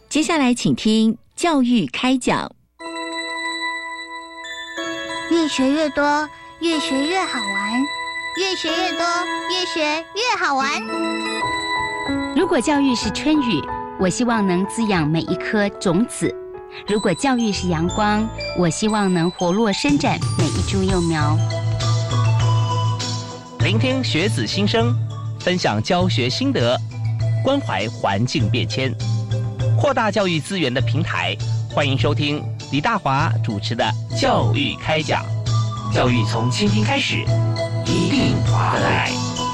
接下来请听教育开讲。 越学越多，越学越好玩，越学越多，越学越好玩。 如果教育是春雨，我希望能滋养每一颗种子；如果教育是阳光，我希望能活络伸展每一株幼苗。 聆听学子心声，分享教学心得，关怀环境变迁，扩大教育资源的平台。欢迎收听李大华主持的教育开讲。教育从倾听开始，一定划得来。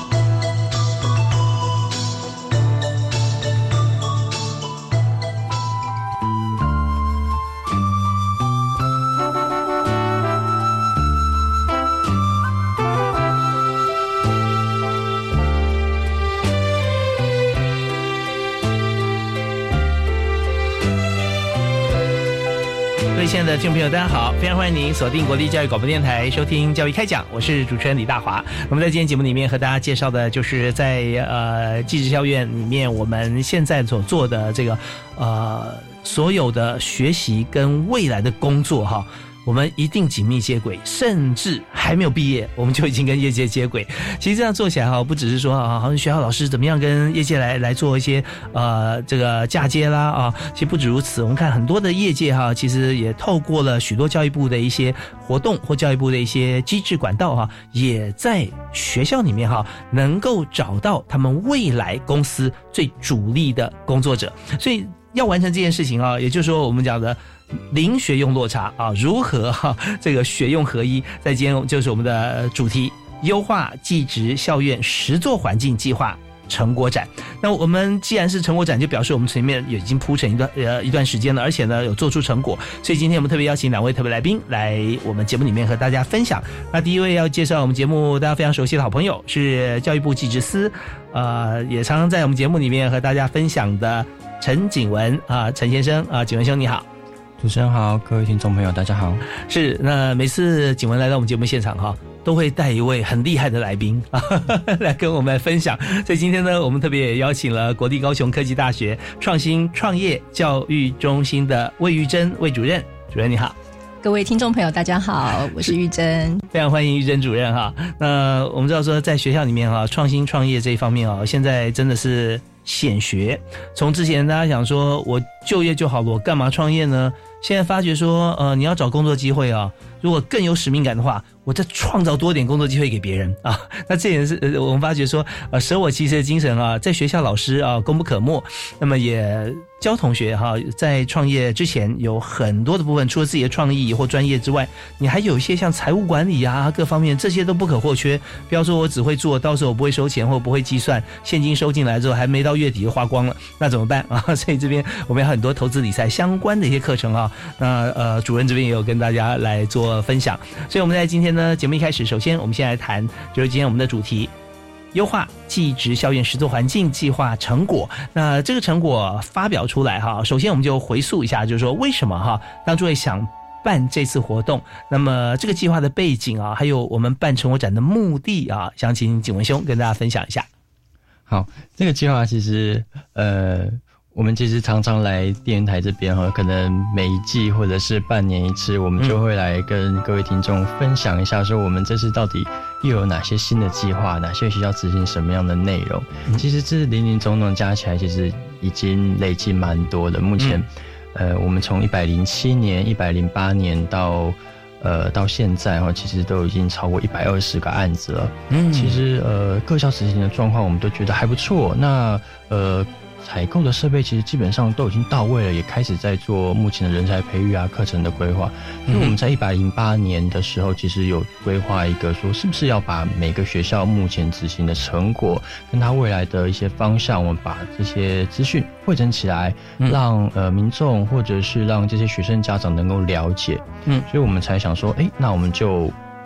亲爱的听众朋友大家好，非常欢迎您锁定国立教育广播电台收听教育开讲，我是主持人李大华。那么在今天节目里面和大家介绍的就是在技职校院里面我们现在所做的这个所有的学习跟未来的工作哈，我们一定紧密接轨，甚至还没有毕业我们就已经跟业界接轨。其实这样做起来哈，不只是说好像学校老师怎么样跟业界来做一些这个嫁接啦啊，其实不止如此，我们看很多的业界哈，其实也透过了许多教育部的一些活动或教育部的一些机制管道哈，也在学校里面哈能够找到他们未来公司最主力的工作者。所以要完成这件事情啊，也就是说我们讲的零学用落差啊，如何这个学用合一，在今天就是我们的主题，优化技职校院实作环境计划成果展。那我们既然是成果展，就表示我们前面已经铺陈一段时间了，而且呢有做出成果，所以今天我们特别邀请两位特别来宾来我们节目里面和大家分享。那第一位要介绍我们节目大家非常熟悉的好朋友，是教育部技职司也常常在我们节目里面和大家分享的陈景文陈先生景文兄你好。 主持人好，各位听众朋友大家好。 是，那每次景文来到我们节目现场都会带一位很厉害的来宾来跟我们来分享。所以今天呢，我们特别也邀请了国立高雄科技大学创新创业教育中心的魏玉珍魏主任。主任你好。 各位听众朋友大家好，我是玉珍。 非常欢迎玉珍主任那我们知道说在学校里面创新创业这一方面现在真的是显学。从之前大家想说我就业就好了，我干嘛创业呢？现在发觉说你要找工作机会如果更有使命感的话，我再创造多点工作机会给别人那这也是我们发觉说舍我其谁的精神在学校老师功不可没。那么也教同学在创业之前有很多的部分，除了自己的创意或专业之外，你还有一些像财务管理各方面，这些都不可或缺。不要说我只会做，到时候我不会收钱或不会计算，现金收进来之后还没到月底就花光了，那怎么办所以这边我们有很多投资理财相关的一些课程那主任这边也有跟大家来做分享。所以我们在今天呢节目一开始，首先我们先来谈就是今天我们的主题，优化技职校院实作环境计划成果。那这个成果发表出来首先我们就回溯一下，就是说为什么当初会想办这次活动，那么这个计划的背景还有我们办成果展的目的想请景文兄跟大家分享一下。 好，这个计划其实我们其实常常来电视台这边可能每一季或者是半年一次，我们就会来跟各位听众分享一下说我们这次到底又有哪些新的计划，哪些学校执行什么样的内容。其实这林林总总加起来其实已经累积蛮多的。目前我们从107年108年到现在其实都已经超过120个案子了。其实各校执行的状况我们都觉得还不错。那采购的设备其实基本上都已经到位了，也开始在做目前的人才培育课程的规划。所以我们在108年的时候其实有规划一个说是不是要把每个学校目前执行的成果跟它未来的一些方向，我们把这些资讯汇整起来，让民众或者是让这些学生家长能够了解。所以我们才想说那我们就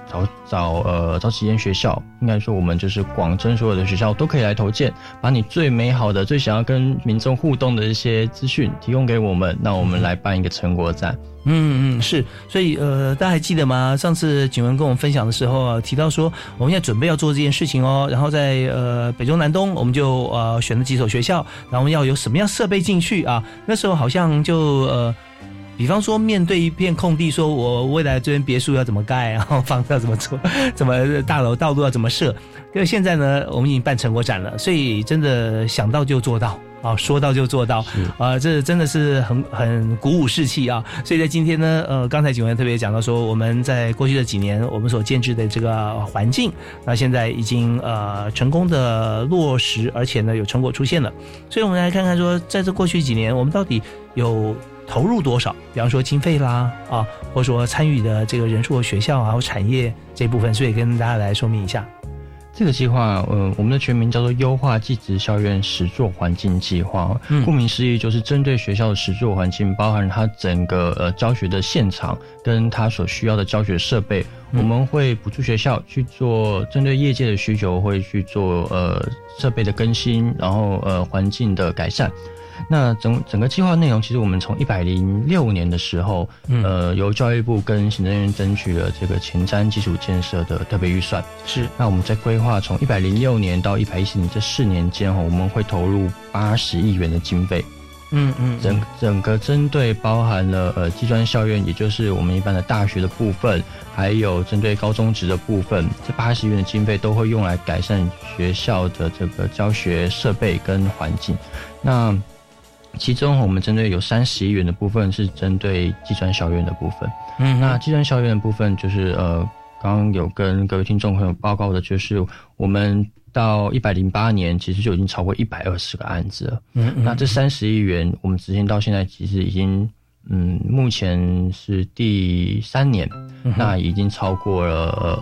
找几间学校，应该说我们就是广征所有的学校都可以来投件，把你最美好的、最想要跟民众互动的一些资讯提供给我们，那我们来办一个成果展。 是，所以大家还记得吗？上次景文跟我们分享的时候提到说，我们现在准备要做这件事情哦，然后在北中南东，我们就选了几所学校，然后我们要有什么样设备进去啊？那时候好像就比方说面对一片空地，说我未来这边别墅要怎么盖，然后房子要怎么做，怎么大楼道路要怎么设。因为现在呢，我们已经办成果展了，所以真的想到就做到。说到就做到，这真的是很鼓舞士气啊！所以在今天呢，刚才景文特别讲到说，我们在过去的几年，我们所建制的这个环境，那现在已经成功的落实，而且呢有成果出现了。所以我们来看看说，在这过去几年，我们到底有投入多少？比方说经费啦，或者说参与的这个人数和学校还有产业这部分，所以跟大家来说明一下。 这个计划，我们的全名叫做优化技职校院实作环境计划。顾名思义，就是针对学校的实作环境，包含它整个教学的现场跟它所需要的教学设备，我们会补助学校去做针对业界的需求，会去做设备的更新，然后环境的改善。那整个计划内容，其实我们从106年的时候，由教育部跟行政院争取了这个前瞻基础建设的特别预算。是。那我们在规划从106年到114年这4年间，我们会投入80亿元的经费。整个针对包含了技专校院，也就是我们一般的大学的部分，还有针对高中职的部分，这80亿元的经费都会用来改善学校的这个教学设备跟环境。那其中我们针对有30亿元的部分是针对技专校院的部分。那技专校院的部分就是刚刚有跟各位听众朋友报告的，就是我们到108年其实就已经超过120个案子了。那这30亿元我们执行到现在其实已经目前是第3年，那已经超过了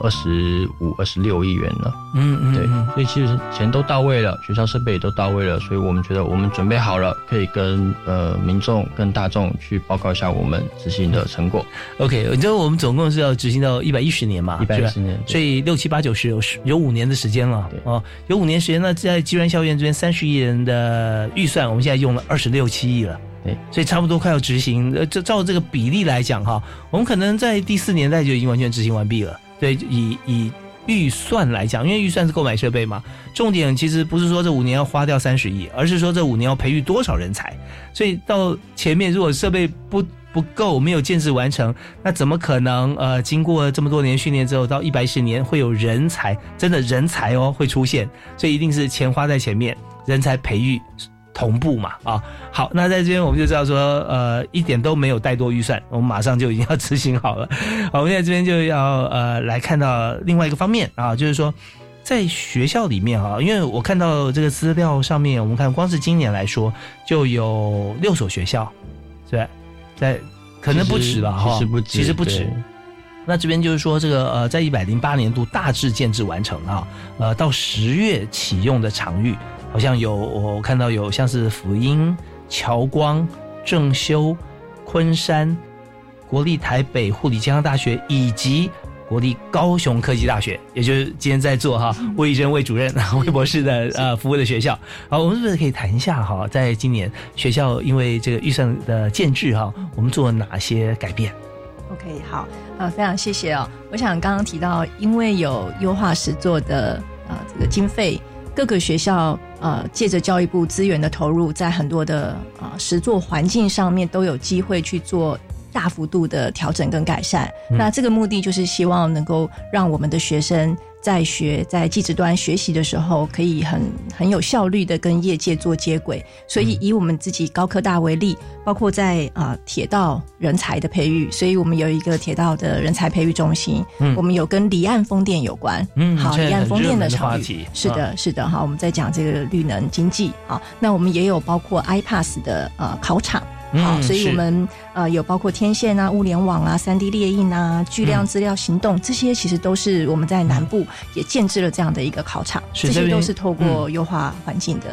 25、26亿元了。对，所以其实钱都到位了，学校设备也都到位了，所以我们觉得我们准备好了，可以跟民众、跟大众去报告一下我们执行的成果。OK， 你知道我们总共是要执行到110年嘛？110年，所以6、7、8、9、10有5年的时间了。有5年时间呢，在技专校院这边30亿元的预算，我们现在用了26、7亿了。所以差不多快要执行，照这个比例来讲哈，我们可能在第4年代就已经完全执行完毕了。对，以预算来讲，因为预算是购买设备嘛，重点其实不是说这5年要花掉30亿，而是说这5年要培育多少人才。所以到前面如果设备不够，没有建制完成，那怎么可能经过这么多年训练之后，到110年会有人才，真的人才会出现。所以一定是钱花在前面，人才培育同步嘛。好，那在这边我们就知道说一点都没有怠惰预算，我们马上就已经要执行好了。好，我们在这边就要来看到另外一个方面就是说在学校里面因为我看到这个资料上面，我们看光是今年来说就有6所学校，对，在可能不止了其实不止。那这边就是说这个在108年度大致建制完成到10月启用的场域，好像我看到有像是辅英、侨光、正修、昆山、国立台北护理健康大学以及国立高雄科技大学，也就是今天在做魏义珍魏主任魏博士的服务的学校。好，我们是不是可以谈一下在今年学校因为这个预算的建制我们做了哪些改变 ？OK， 好，非常谢谢我想刚刚提到，因为有优化实作的这个经费，各个学校借着教育部资源的投入，在很多的实作环境上面都有机会去做大幅度的调整跟改善。那这个目的就是希望能够让我们的学生在技职端学习的时候，可以很有效率的跟业界做接轨。所以以我们自己高科大为例，包括在铁道人才的培育，所以我们有一个铁道的人才培育中心。我们有跟离岸风电有关。好，离岸风电的场域，是的。好，我们在讲这个绿能经济。好，那我们也有包括 iPass 的考场。好，所以我们有包括天线物联网3D 列印巨量资料行动，这些其实都是我们在南部也建制了这样的一个考场，这些都是透过优化环境的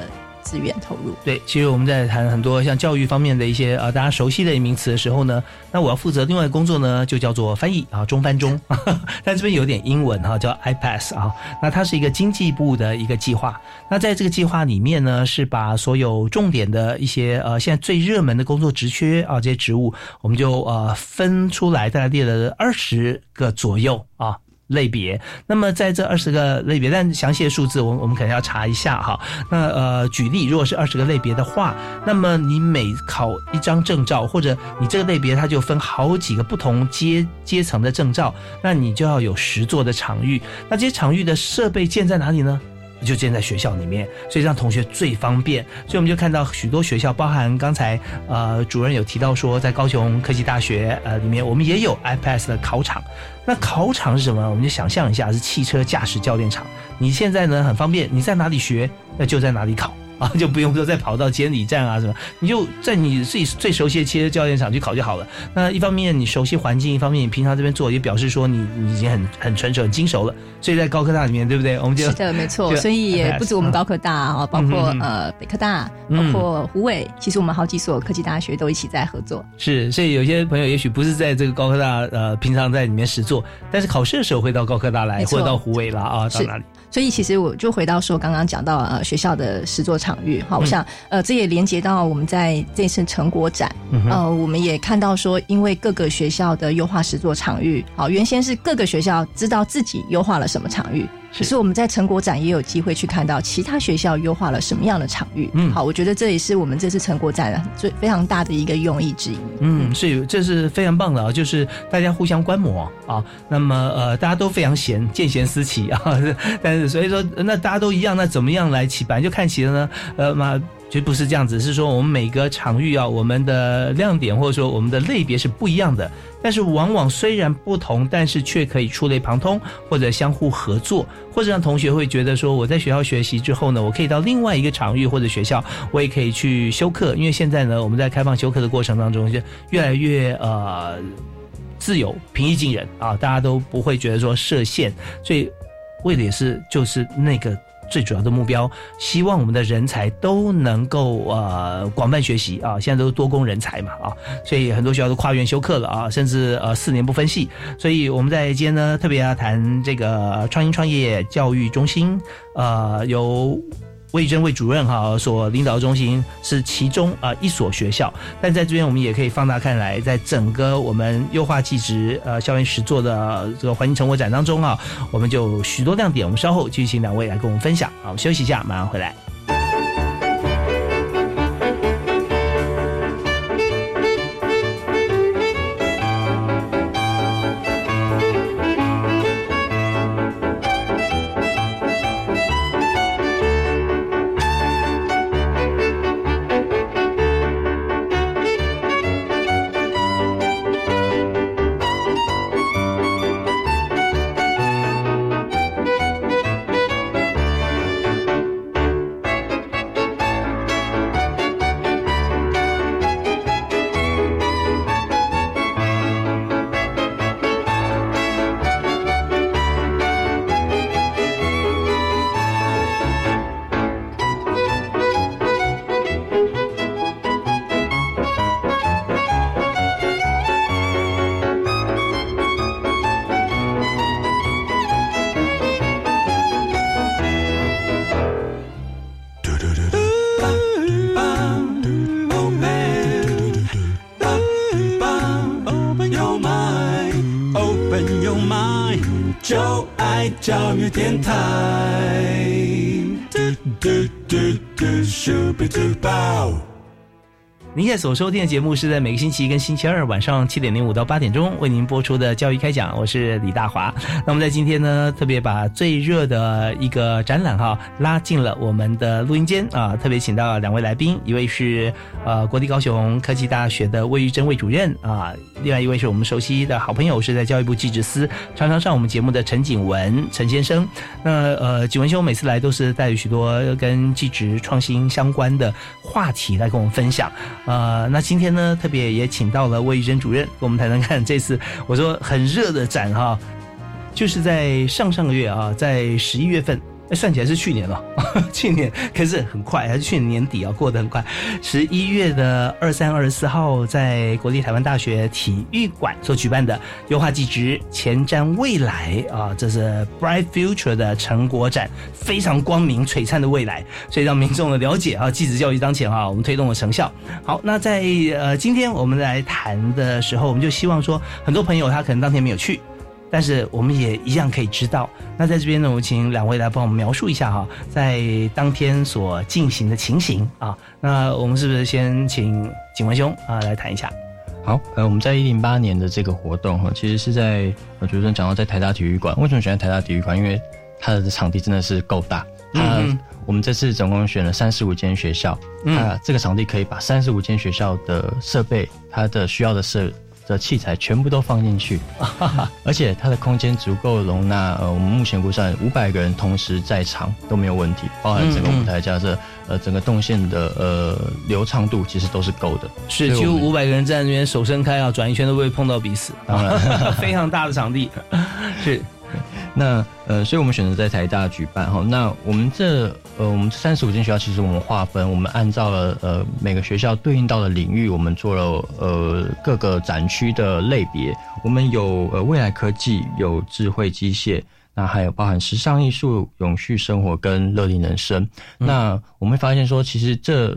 资源投入。 对，其实我们在谈很多像教育方面的一些大家熟悉的名词的时候呢，那我要负责另外的工作呢，就叫做翻译中翻中，但这边有点英文叫 IPASS 那它是一个经济部的一个计划。那在这个计划里面呢，是把所有重点的一些现在最热门的工作职缺这些职务，我们就分出来，大概列了20个左右类别。那么在这20个类别，但详细的数字我们可能要查一下哈。那举例，如果是20个类别的话，那么你每考一张证照，或者你这个类别它就分好几个不同阶层的证照，那你就要有10座的场域。那这些场域的设备建在哪里呢？就建在学校里面，所以让同学最方便。所以我们就看到许多学校，包含刚才主任有提到说，在高雄科技大学里面，我们也有 IPASS 的考场。那考场是什么？我们就想象一下，是汽车驾驶教练场。你现在呢很方便，你在哪里学，那就在哪里考。就不用说再跑到监理站什么，你就在你自己最熟悉的汽车教练场去考就好了。那一方面你熟悉环境，一方面你平常这边做也表示说你已经很成熟很精熟了。所以在高科大里面，对不对？我们就是的，没错。所以也不止我们高科大包括北科大，包括虎尾，其实我们好几所科技大学都一起在合作。 是，所以有些朋友也许不是在这个高科大平常在里面实作，但是考试的时候会到高科大来，或者到虎尾啦到哪里？ 所以其实我就回到说刚刚讲到学校的实作场域，好，我想这也连接到我们在这次成果展，我们也看到说，因为各个学校的优化实作场域，好，原先是各个学校知道自己优化了什么场域，可是我们在成果展也有机会去看到其他学校优化了什么样的场域。好，我觉得这也是我们这次成果展非常大的一个用意之一。 所以这是非常棒的就是大家互相观摩那么大家都非常闲，见贤思齐但是所以说那大家都一样，那怎么样来齐？本来就看齐了呢？其实不是这样子，是说我们每个场域我们的亮点或者说我们的类别是不一样的，但是往往虽然不同，但是却可以触类旁通，或者相互合作，或者让同学会觉得说，我在学校学习之后呢，我可以到另外一个场域或者学校，我也可以去修课。因为现在呢，我们在开放修课的过程当中，就越来越自由、平易近人大家都不会觉得说设限，所以为的也是就是那个最主要的目标，希望我们的人才都能够广泛学习现在都是多工人才嘛所以很多学校都跨院修课了甚至4年不分系。所以我们在今天呢特别要谈这个创新创业教育中心，由魏珍魏主任所领导的中心是其中一所学校，但在这边我们也可以放大看来，在整个我们优化技职校园实作的这个环境成果展当中我们就有许多亮点，我们稍后继续请2位来跟我们分享我们休息一下，马上回来。 教育电台， 您现在所收听的节目是在每个星期一跟星期二晚上7点05到8点钟为您播出的教育开讲，我是李大华。那我们在今天呢，特别把最热的一个展览拉进了我们的录音间特别请到2位来宾，一位是国立高雄科技大学的魏玉珍魏主任另外一位是我们熟悉的好朋友，是在教育部技职司常常上我们节目的陈景文陈先生。那景文兄每次来都是带有许多跟技职创新相关的话题来跟我们分享。那今天呢，特别也请到了魏玉珍主任跟我们谈谈看这次我说很热的展就是在上个月在11月份算起来是去年了，去年可是很快，还是去年年底啊，过得很快。11月的23、24号，在国立台湾大学体育馆所举办的优化技职前瞻未来啊，这是 Bright Future 的成果展，非常光明璀璨的未来，所以让民众的了解啊，技职教育当前啊，我们推动的成效。好，那在今天我们来谈的时候，我们就希望说，很多朋友他可能当天没有去。但是我们也一样可以知道，那在这边呢，我请两位来帮我们描述一下哈，在当天所进行的情形啊。那我们是不是先请景文兄啊来谈一下？ 好，我们在108年的这个活动哈，其实是在主持人讲到在台大体育馆。为什么选在台大体育馆？因为它的场地真的是够大。我们这次总共选了35间学校，这个场地可以把35间学校的设备，它的需要的器材全部都放进去，而且它的空间足够容纳我们目前估算500个人同时在场都没有问题，包含整个舞台架设，整个动线的流畅度其实都是够的。 是，几乎500个人站在那边手伸开啊，转一圈都不会碰到彼此。当然，非常大的场地。是。 那所以我们选择在台大举办哈。那我们这35间学校，其实我们划分，我们按照了每个学校对应到的领域，我们做了各个展区的类别。我们有未来科技，有智慧机械，那还有包含时尚艺术、永续生活跟乐龄人生。那我们会发现说，其实这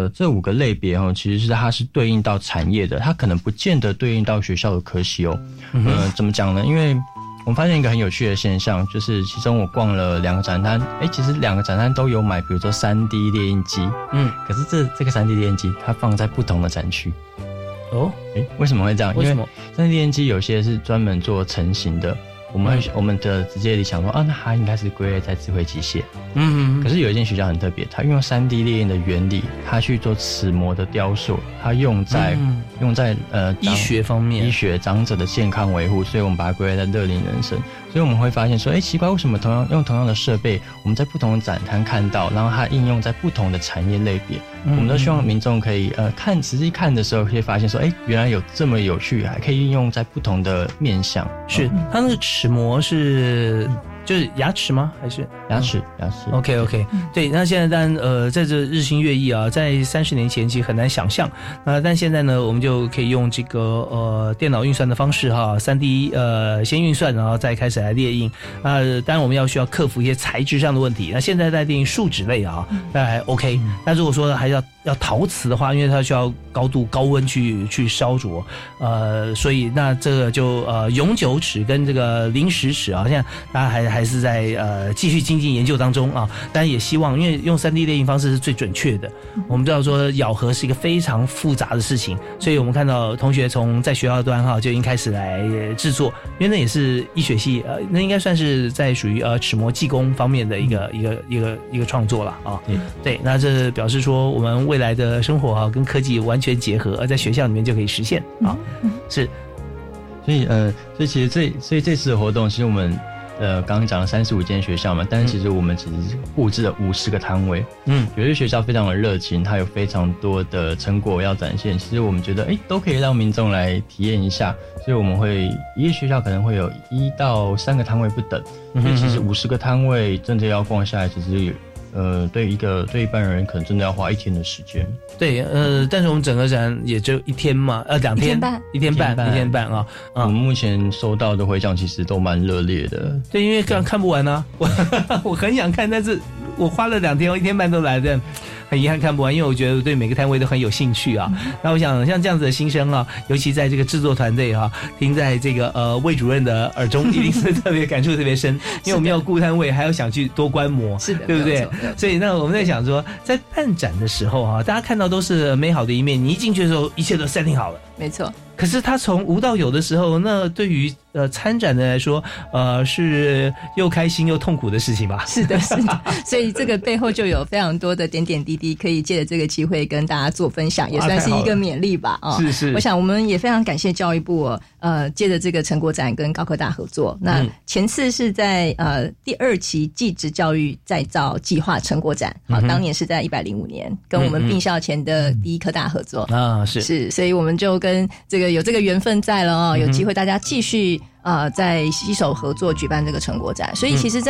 5个类别哈，其实是它是对应到产业的，它可能不见得对应到学校的科系哦。怎么讲呢？因为我们发现一个很有趣的现象，就是其中我逛了2个展摊，其实2个展摊都有买，比如说 3D 列印机，可是这个 3D 列印机它放在不同的展区。哦，为什么会这样？ 为什么？ 因为 3D 列印机有些是专门做成型的，我们的直接里想说那它应该是归类在智慧机械。可是有一间学校很特别，它运用 3D 列印的原理，它去做齿模的雕塑，它用在医学方面， 医学长者的健康维护，所以我们把它归类在乐龄人生。所以我们会发现说，奇怪，为什么用同样的设备，我们在不同的展摊看到，然后它应用在不同的产业类别？我们都希望民众可以实际看的时候，可以发现说，原来有这么有趣，还可以运用在不同的面向。 是，它那个齿模是。就是牙齿吗？还是牙齿 ？OK， 对。那现在当然在这日新月异啊，在30年前其实很难想象但现在呢，我们就可以用这个电脑运算的方式哈，3D 先运算，然后再开始来列印当然我们需要克服一些材质上的问题。那现在在列印树脂类啊，那还 OK。那如果说还要陶瓷的话，因为它需要高温去烧灼，所以那这个就永久齿跟这个临时齿啊，现在大家还是在继续精进研究当中啊。当然也希望，因为用 3D 列印方式是最准确的。我们知道说咬合是一个非常复杂的事情，所以我们看到同学从在学校端就已经开始来制作，因为那也是医学系那应该算是在属于齿模技工方面的一个创作了啊。对，那这表示说我们未来的生活跟科技完全结合，而在学校里面就可以实现啊。是， 所以其实这次的活动，其实我们刚刚讲了35间学校嘛，但是其实我们其实布置了50个摊位。有些学校非常的热情，它有非常多的成果要展现。其实我们觉得都可以让民众来体验一下，所以我们会一个学校可能会有1到3个摊位不等。所以其实50个摊位真的要逛下来，其实对一般人可能真的要花1天的时间。 对，但是我们整个展也就1天嘛，2天，一天半啊。 我们目前收到的回响其实都蛮热烈的。 对，因为看不完啊，我很想看，但是我花了2天，1天半都来的。很遗憾看不完，因为我觉得对每个摊位都很有兴趣啊。那我想像这样子的新生啊，尤其在这个制作团队听在这个魏主任的耳中，一定是特别感触特别深，因为我们要顾摊位，还要想去多观摩， 是的， 对不对？所以那我们在想说，在办展的时候大家看到都是美好的一面，你一进去的时候，一切都setting好了， 没错。 可是他从无到有的时候，那对于参展的来说，是又开心又痛苦的事情吧？ 是的，所以这个背后就有非常多的点点滴滴，可以借着这个机会跟大家做分享，也算是一个勉励吧。 是， 我想我们也非常感谢教育部借着这个成果展跟高科大合作。那前次是在第2期技职教育再造计划成果展，当年是在105年，跟我们并校前的第一科大合作是，所以我们就跟这个有这个缘分在了有机会大家继续在携手合作举办这个成果展。所以其实在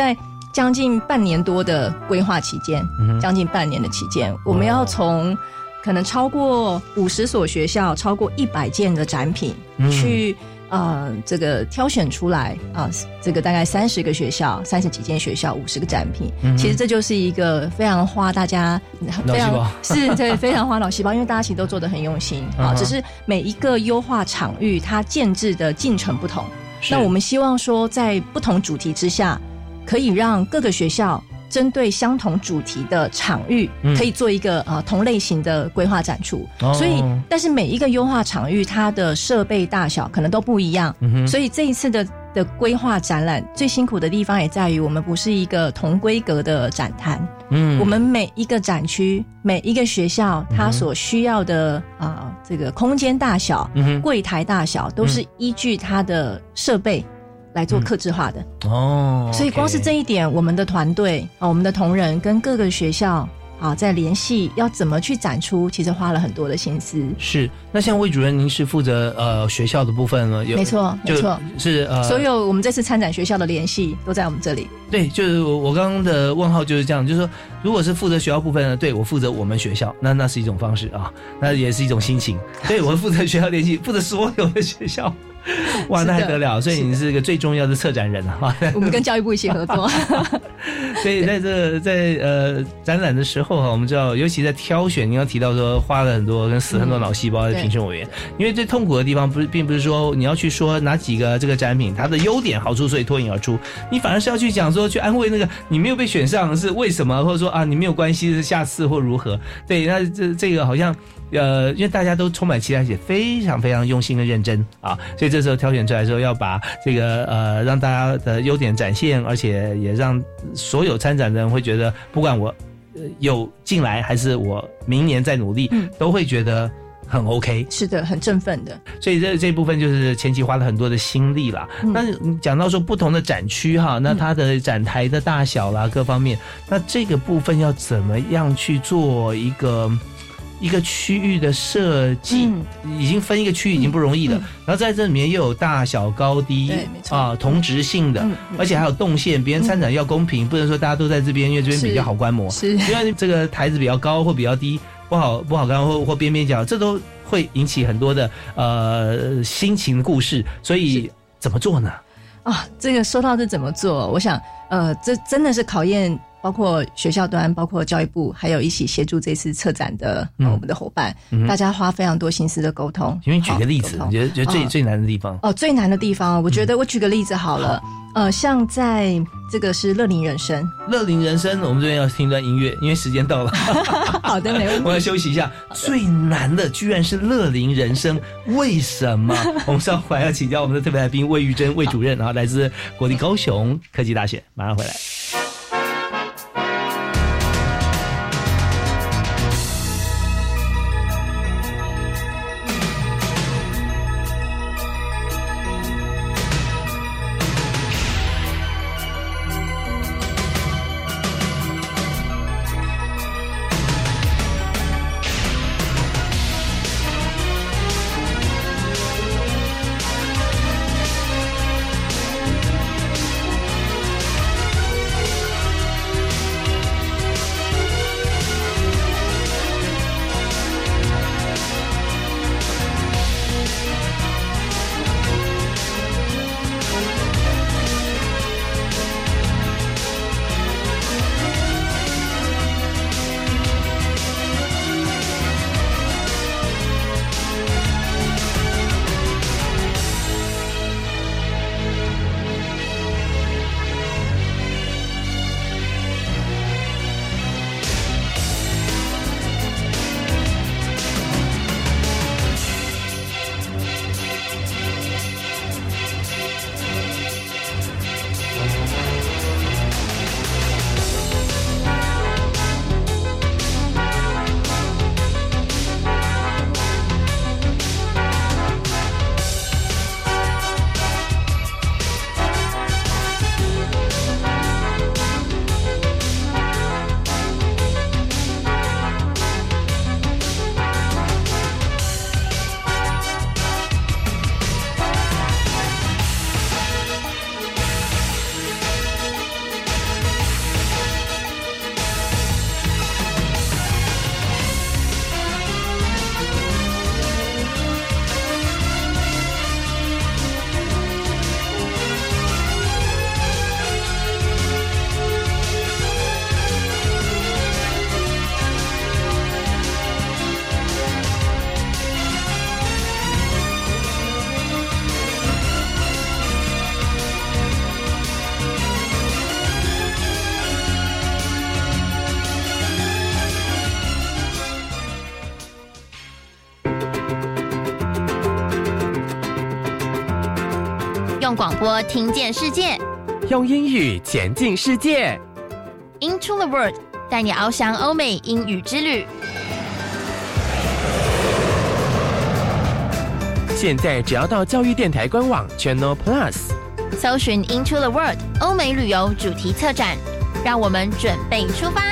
将近半年多的规划期间，将近半年的期间，我们要从可能超过50所学校，超过100件的展品去这个挑选出来这个大概30个学校，30几间学校，50个展品。其实这就是一个非常花大家非常是对非常花脑细胞，因为大家其实都做得很用心只是每一个优化场域它建制的进程不同。那我们希望说，在不同主题之下，可以让各个学校针对相同主题的场域可以做一个同类型的规划展出所以但是每一个优化场域它的设备大小可能都不一样所以这一次的规划展览最辛苦的地方也在于我们不是一个同规格的展摊我们每一个展区每一个学校它所需要的这个空间大小柜台大小都是依据它的设备来做客制化的所以光是这一点我们的团队我们的同仁跟各个学校在联系要怎么去展出其实花了很多的心思是那像魏主任您是负责学校的部分呢没错是所有我们这次参展学校的联系都在我们这里对就是我刚刚的问号就是这样就是说如果是负责学校部分呢对我负责我们学校那是一种方式那也是一种心情对我负责学校联系负责所有的学校哇那还得了所以你是个最重要的策展人我们跟教育部一起合作所以在展览的时候我们知道尤其在挑选你要提到说花了很多跟死很多脑细胞的评审委员因为最痛苦的地方并不是说你要去说哪几个这个展品它的优点好处所以脱颖而出你反而是要去讲说去安慰那个你没有被选上是为什么或者说你没有关系是下次或如何对那这个好像因为大家都充满期待也非常非常用心跟认真所以这时候挑选出来的时候要把这个让大家的优点展现而且也让所有参展的人会觉得不管我有进来还是我明年再努力都会觉得很 OK 是的很振奋的所以这部分就是前期花了很多的心力啦那你讲到说不同的展区那它的展台的大小啦各方面那这个部分要怎么样去做一个区域的设计已经分一个区域已经不容易了然后在这里面又有大小高低同质性的而且还有动线别人参展要公平不能说大家都在这边因为这边比较好观摩因为这个台子比较高或比较低不好看或边边角这都会引起很多的心情的故事所以怎么做呢这个说到这怎么做我想这真的是考验包括学校端包括教育部还有一起协助这次策展的我们的伙伴大家花非常多心思的沟通因为举个例子你觉得最难的地方最难的地方我觉得我举个例子好了像在这个是乐龄人生我们这边要听一段音乐因为时间到了好的没问题我要休息一下最难的居然是乐龄人生为什么我们稍后要请教我们的特别来宾魏玉珍魏主任然后来自国立高雄科技大学马上回来用广播听见世界， 用英语前进世界。 Into the World， 带你翱翔欧美英语之旅。 现在只要到教育电台官网 Channel Plus， 搜寻 Into the World 欧美旅游主题策展，让我们准备出发。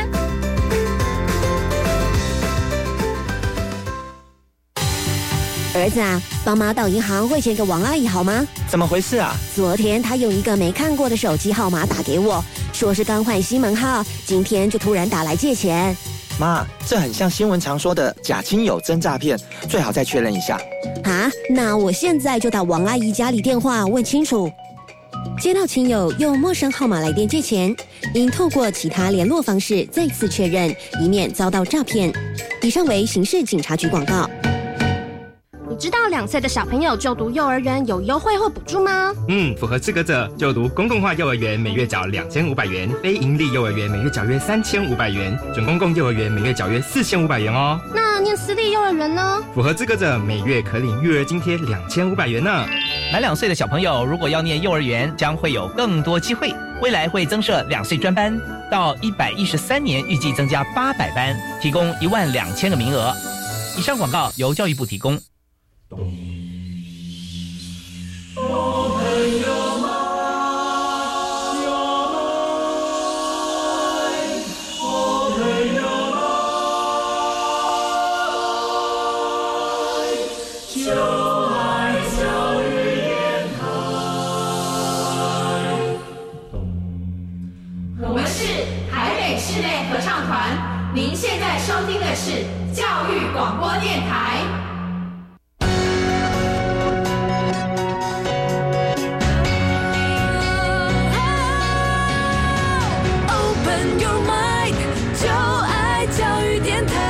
儿子啊，帮妈到银行汇钱给王阿姨好吗？ 怎么回事啊？ 昨天她用一个没看过的手机号码打给我，说是刚换新门号，今天就突然打来借钱。 妈，这很像新闻常说的假亲友真诈骗，最好再确认一下。 啊，那我现在就打王阿姨家里电话问清楚。接到亲友用陌生号码来电借钱，应透过其他联络方式再次确认，以免遭到诈骗。以上为刑事警察局广告。 你知道2岁的小朋友就读幼儿园有优惠或补助吗？ 符合资格者就读公共化幼儿园每月缴2500元，非营利幼儿园每月缴约3500元，准公共幼儿园每月缴约4500元哦。 那念私立幼儿园呢？ 符合资格者每月可领育儿津贴2500元呢。 满2岁的小朋友如果要念幼儿园，将会有更多机会。未来会增设2岁专班，到113年预计增加800班，提供12000个名额。以上广告由教育部提供。 我们是台北室内合唱团，您现在收听的是教育广播电台。 Open your mind， 就爱教育电台。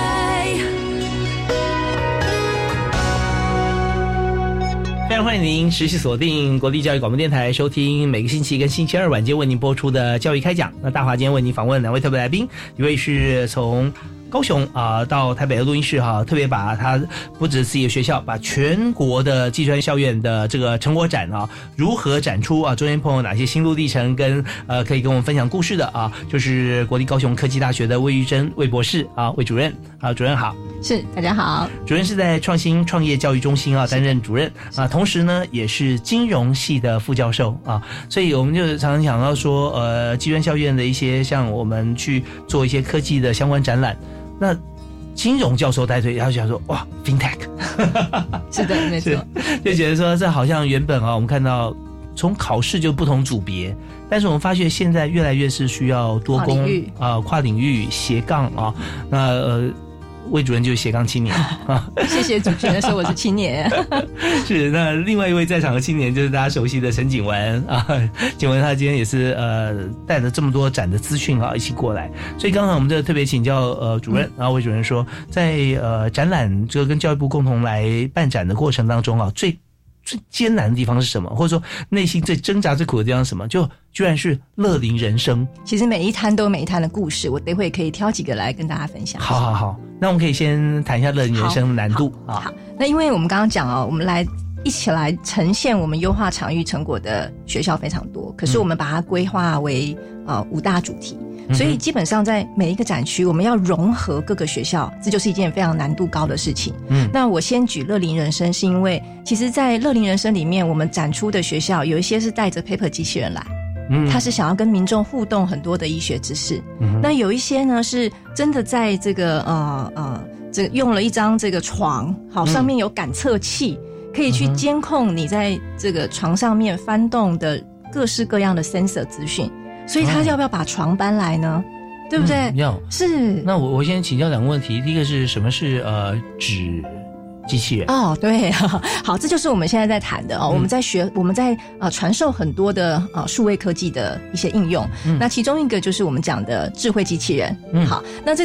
非常欢迎您持续锁定国立教育广播电台，收听每个星期跟星期二晚间为您播出的教育开讲。那大华今天为您访问2位特别来宾，一位是从高雄到台北的录音室特别把他不只是自己的学校，把全国的技专校院的这个成果展如何展出中间碰有哪些心路历程，跟可以跟我们分享故事的就是国立高雄科技大学的魏玉珍魏博士魏主任主任好。 是，大家好。 主任是在创新创业教育中心担任主任同时呢也是金融系的副教授所以我们就常常想到说技专校院的一些像我们去做一些科技的相关展览，那金融教授带队，他就想说哇 ，FinTech， 是的，没错， 就觉得说这好像原本我们看到从考试就不同组别，但是我们发现现在越来越是需要多工跨领域斜杠那魏主任就是斜杠青年谢谢主持人说我是青年是。那另外一位在场的青年就是大家熟悉的陈景文景文他今天也是带着这么多展的资讯一起过来，所以刚才我们就特别请教主任魏主任说，在展览这个跟教育部共同来办展的过程当中最艰难的地方是什么，或者说内心最挣扎最苦的地方是什么，就居然是乐龄人生。 其实每一摊都有每一摊的故事，我等会可以挑几个来跟大家分享。 好，那我们可以先谈一下乐龄人生的难度好，那因为我们刚刚讲我们一起来呈现我们优化场域成果的学校非常多，可是我们把它规划为5大主题，所以基本上在每一个展区我们要融合各个学校，这就是一件非常难度高的事情。那我先举乐龄人生，是因为其实在乐龄人生里面，我们展出的学校有一些是带着 Paper 机器人来，他是想要跟民众互动很多的医学知识，那有一些呢是真的在这个这个用了一张这个床上面有感测器，可以去监控你在这个床上面翻动的各式各样的 sensor 资讯，所以他要不要把床搬来呢？对不对？ 要。 是。 那我先请教2个问题，第一个是什么是纸机器人？ 对，好，这就是我们现在在谈的我们在传授很多的数位科技的一些应用，那其中一个就是我们讲的智慧机器人。好，那这个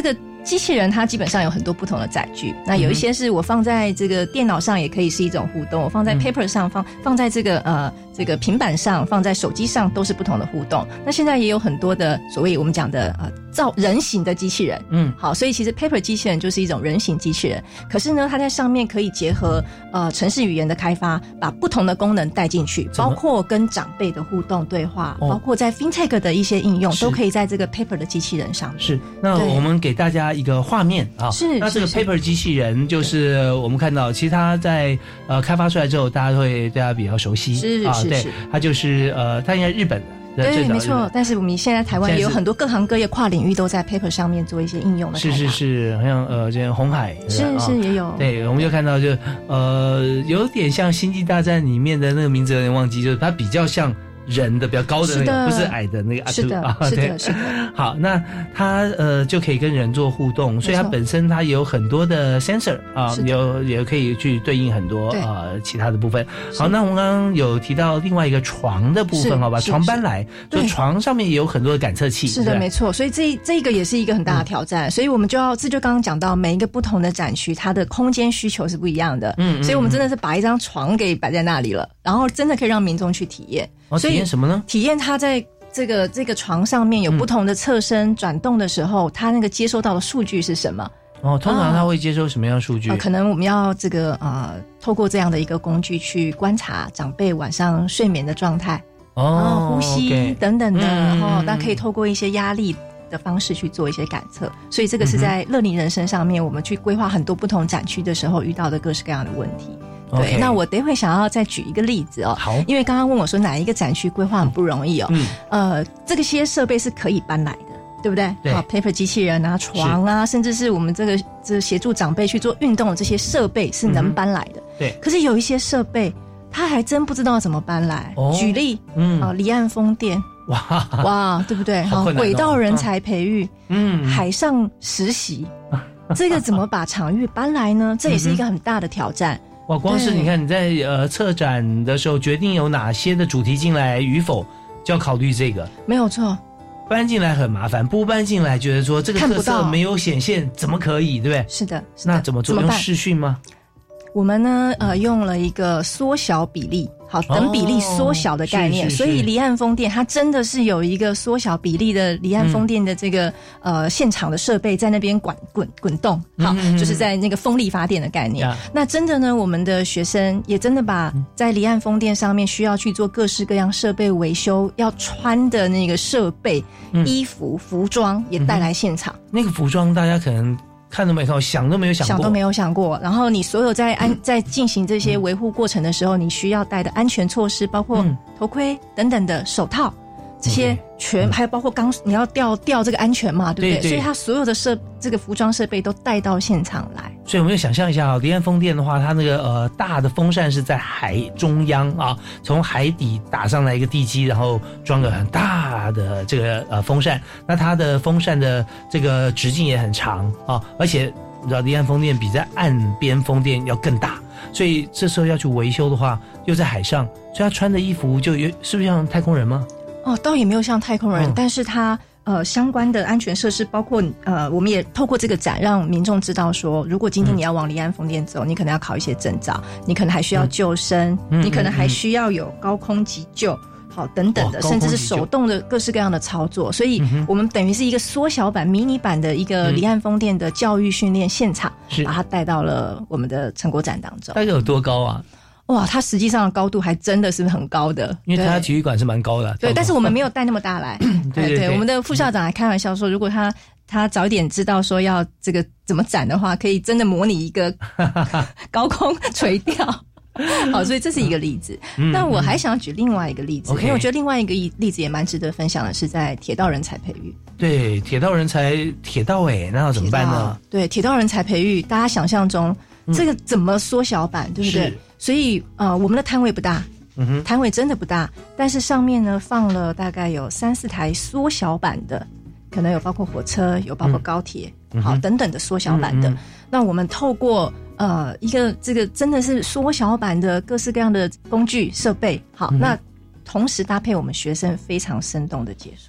机器人它基本上有很多不同的载具，那有一些是我放在这个电脑上也可以是一种互动，我放在 paper 上，放在这个平板上，放在手机上都是不同的互动。那现在也有很多的所谓我们讲的人形的机器人，好，所以其实 paper 机器人就是一种人形机器人，可是呢它在上面可以结合程式语言的开发，把不同的功能带进去，包括跟长辈的互动对话，包括在 fintech 的一些应用都可以在这个 paper 的机器人上面。 是，那我们给大家一个画面啊， 是， 那这个 paper 机器人就是我们看到，其实它在开发出来之后，大家会对它比较熟悉， 是， 对，它就是它应该日本的， 对，没错。但是我们现在台湾也有很多各行各业跨领域都在 paper 上面做一些应用的开发， 是，好像这样鸿海是也有， 对，我们就看到就有点像星际大战里面的那个名字有点忘记，就是它比较像人的比较高的那个，不是矮的那个阿图啊，对，是的。好，那它就可以跟人做互动，所以它本身它有很多的 sensor 啊，也可以去对应很多其他的部分。好，那我们刚刚有提到另外一个床的部分，好吧，床搬来，就床上面也有很多的感测器， 是的，没错。所以这个也是一个很大的挑战，所以我们就刚刚讲到每一个不同的展区，它的空间需求是不一样的，所以我们真的是把一张床给摆在那里了，然后真的可以让民众去体验。 体验什么呢？ 体验它在这个床上面有不同的侧身转动的时候，它那个接收到的数据是什么？ 通常它会接收什么样的数据？ 可能我们要透过这样的一个工具去观察长辈晚上睡眠的状态，呼吸等等的，那可以透过一些压力的方式去做一些感测，所以这个是在乐龄人身上面，我们去规划很多不同展区的时候遇到的各式各样的问题。对，那我等一会想要再举一个例子哦。 好， 因为刚刚问我说哪一个展区规划很不容易哦。这些设备是可以搬来的，对不对？ 对。 好 ，paper 机器人啊，床啊，甚至是我们这协助长辈去做运动的这些设备是能搬来的。 对。 可是有一些设备，他还真不知道怎么搬来。举例，离岸风电。哇，对不对？好，轨道人才培育，海上实习，这个怎么把场域搬来呢？这也是一个很大的挑战。 哇，光是你看你在策展的时候决定有哪些的主题进来与否，就要考虑这个。 没有错， 搬进来很麻烦，不搬进来觉得说这个特色没有显现，怎么可以，对不对？ 是的， 那怎么做？用视讯吗？ 我们呢用了一个缩小比例，好，等比例缩小的概念，所以离岸风电它真的是有一个缩小比例的离岸风电的这个现场的设备在那边滚动，好，就是在那个风力发电的概念。那真的呢，我们的学生也真的把在离岸风电上面需要去做各式各样设备维修要穿的那个设备、衣服、服装也带来现场。 那个服装大家可能看都没看过，想都没有想过， 想都没有想过。然后你所有在进行这些维护过程的时候，你需要带的安全措施，包括头盔等等的手套，这些还有包括你要吊这个安全嘛，对不对？所以它所有的这个服装设备都带到现场来。 所以我们就想象一下离岸风电的话，它那个大的风扇是在海中央啊，从海底打上来一个地基，然后装个很大的这个风扇。那它的风扇的这个直径也很长啊，而且你知道离岸风电比在岸边风电要更大，所以这时候要去维修的话，又在海上，所以他穿的衣服是不是像太空人吗？ 倒也没有像太空人，但是它相关的安全设施，包括我们也透过这个展让民众知道说，如果今天你要往离岸风电走，你可能要考一些证照，你可能还需要救生，你可能还需要有高空急救，好等等的，甚至是手动的各式各样的操作。所以我们等于是一个缩小版、迷你版的一个离岸风电的教育训练现场，把它带到了我们的成果展当中。 大概有多高啊？ 哇，它实际上的高度还真的是很高的， 因为它体育馆是蛮高的。 对，但是我们没有带那么大来。对，我们的副校长还开玩笑说，如果他早一点知道说要这个怎么展的话，可以真的模拟一个高空垂钓。好，所以这是一个例子。那我还想举另外一个例子，因为我觉得另外一个例子也蛮值得分享的，是在铁道人才培育。 对，铁道那要怎么办呢？ 对，铁道人才培育，大家想象中这个怎么缩小版，对不对？所以我们的摊位不大，摊位真的不大，但是上面呢放了大概有3-4台缩小版的，可能有包括火车，有包括高铁，好等等的缩小版的。那我们透过一个这个真的是缩小版的各式各样的工具设备，好，那同时搭配我们学生非常生动的解说，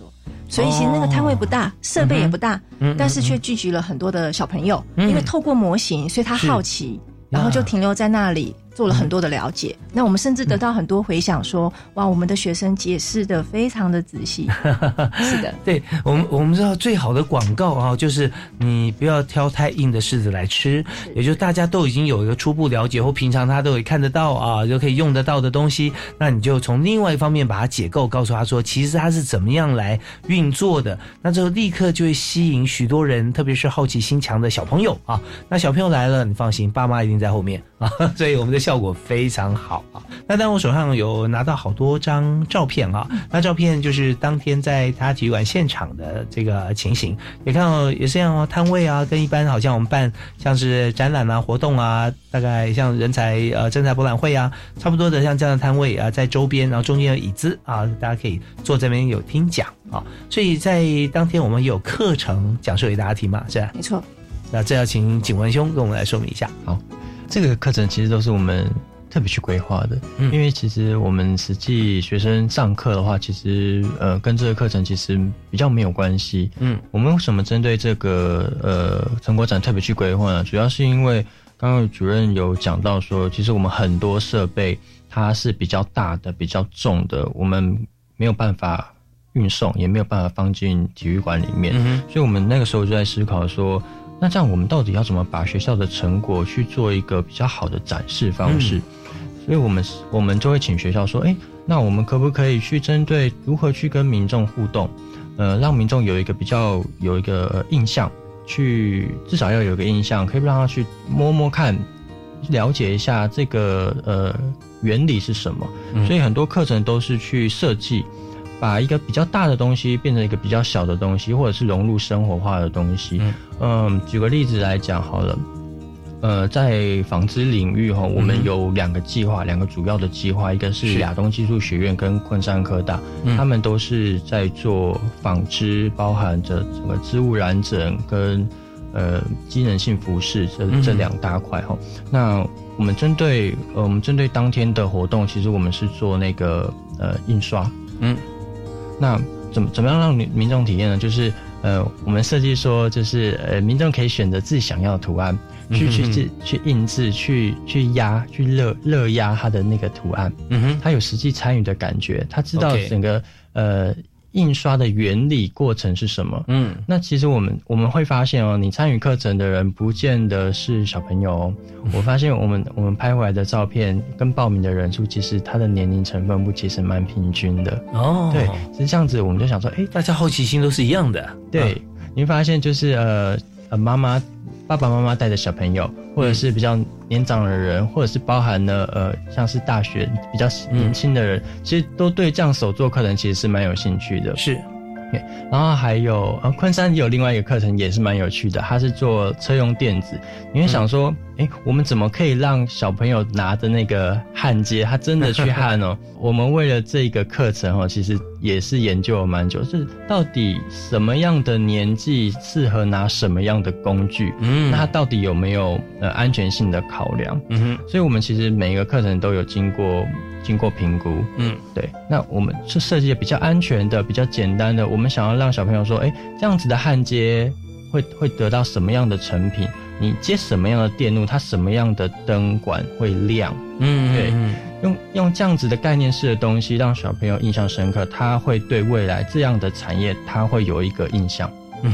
所以其实那个摊位不大，设备也不大，但是却聚集了很多的小朋友，因为透过模型，所以他好奇，然后就停留在那里。做了很多的了解，那我们甚至得到很多回响说，哇，我们的学生解释的非常的仔细。是的， 对，我们知道最好的广告啊，就是你不要挑太硬的柿子来吃，也就是大家都已经有一个初步了解，或平常他都会看得到啊，就可以用得到的东西，那你就从另外一方面把它解构，告诉他说，其实它是怎么样来运作的，那这立刻就会吸引许多人，特别是好奇心强的小朋友啊。那小朋友来了，你放心，爸妈一定在后面啊，所以我们的效果非常好啊。那当然我手上有拿到好多张照片啊，那照片就是当天在他体育馆现场的这个情形，也看到也是像摊位啊，跟一般好像我们办像是展览啊活动啊，大概像人才博览会啊，差不多的像这样的摊位啊，在周边，然后中间有椅子啊，大家可以坐这边有听讲啊，所以在当天我们有课程讲授给大家听嘛，是吧？ 没错。 那这要请景文兄跟我们来说明一下。 好，这个课程其实都是我们特别去规划的，因为其实我们实际学生上课的话，其实跟这个课程其实比较没有关系。我们为什么针对这个成果展特别去规划呢？主要是因为刚刚主任有讲到说，其实我们很多设备它是比较大的、比较重的，我们没有办法运送，也没有办法放进体育馆里面，所以我们那个时候就在思考说，那这样我们到底要怎么把学校的成果去做一个比较好的展示方式？所以我们就会请学校说，那我们可不可以去针对如何去跟民众互动，让民众有一个印象，去至少要有一个印象，可以让他去摸摸看，了解一下这个原理是什么。所以很多课程都是去设计，把一个比较大的东西变成一个比较小的东西，或者是融入生活化的东西。举个例子来讲好了，在纺织领域我们有两个主要的计划，一个是亚东技术学院跟昆山科大，他们都是在做纺织，包含着整个织物染整跟机能性服饰这两大块那我们针对当天的活动，其实我们是做那个印刷。那怎么样让民众体验呢？就是我们设计说，就是民众可以选择自己想要的图案，去印制，去压，去热压它的那个图案。他有实际参与的感觉，他知道整个印刷的原理过程是什么。那其实我们会发现你参与课程的人不见得是小朋友我发现我们拍回来的照片跟报名的人数，其实他的年龄成分其实蛮平均的。对，是这样子，我们就想说， 大家好奇心都是一样的。 对，你会发现就是爸爸妈妈带着小朋友，或者是比较年长的人，或者是包含了像是大学比较年轻的人，其实都对这样手作课程其实是蛮有兴趣的。 是。 然后还有昆山也有另外一个课程也是蛮有趣的，他是做车用电子。你会想说我们怎么可以让小朋友拿着那个焊接他真的去焊我们为了这个课程其实也是研究了蛮久，是到底什么样的年纪适合拿什么样的工具，那它到底有没有安全性的考量。所以我们其实每一个课程都有经过评估。对，那我们是设计的比较安全的，比较简单的，我们想要让小朋友说这样子的焊接会得到什么样的成品，你接什么样的电路，它什么样的灯管会亮。对，用这样子的概念式的东西让小朋友印象深刻，他会对未来这样的产业他会有一个印象。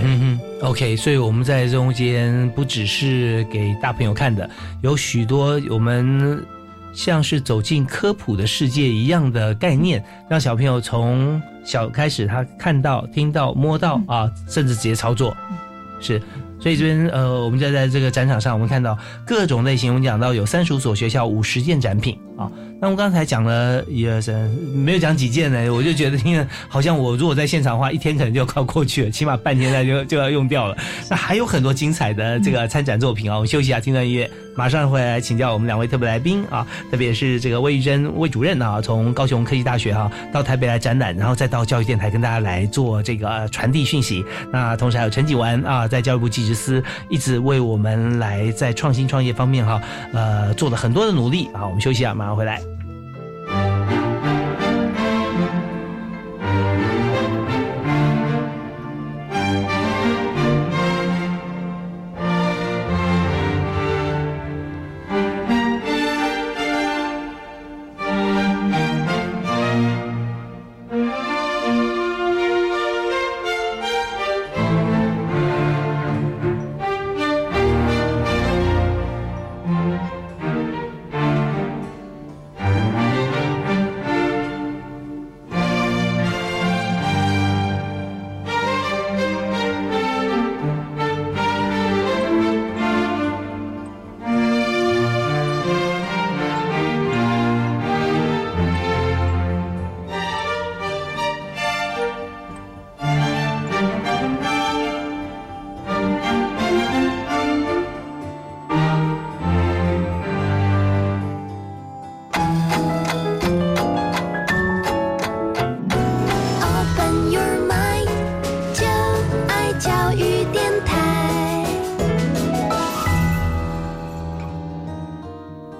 OK， 所以我们在中间不只是给大朋友看的，有许多我们像是走进科普的世界一样的概念，让小朋友从小开始他看到、听到、摸到甚至直接操作。是，所以这边我们在这个展场上，我们看到各种类型，我们讲到有35所学校50件展品那我们刚才讲了1、2、3，没有讲几件呢，我就觉得听了好像我如果在现场的话，一天可能就要靠过去了，起码半天就要用掉了。那还有很多精彩的这个参展作品我们休息一下，听段音乐，马上回来请教我们2位特别来宾特别是这个魏玉珍魏主任从高雄科技大学到台北来展览，然后再到教育电台跟大家来做这个传递讯息。那同时还有陈景文在教育部技职司一直为我们来在创新创业方面做了很多的努力我们休息一下，马上回来。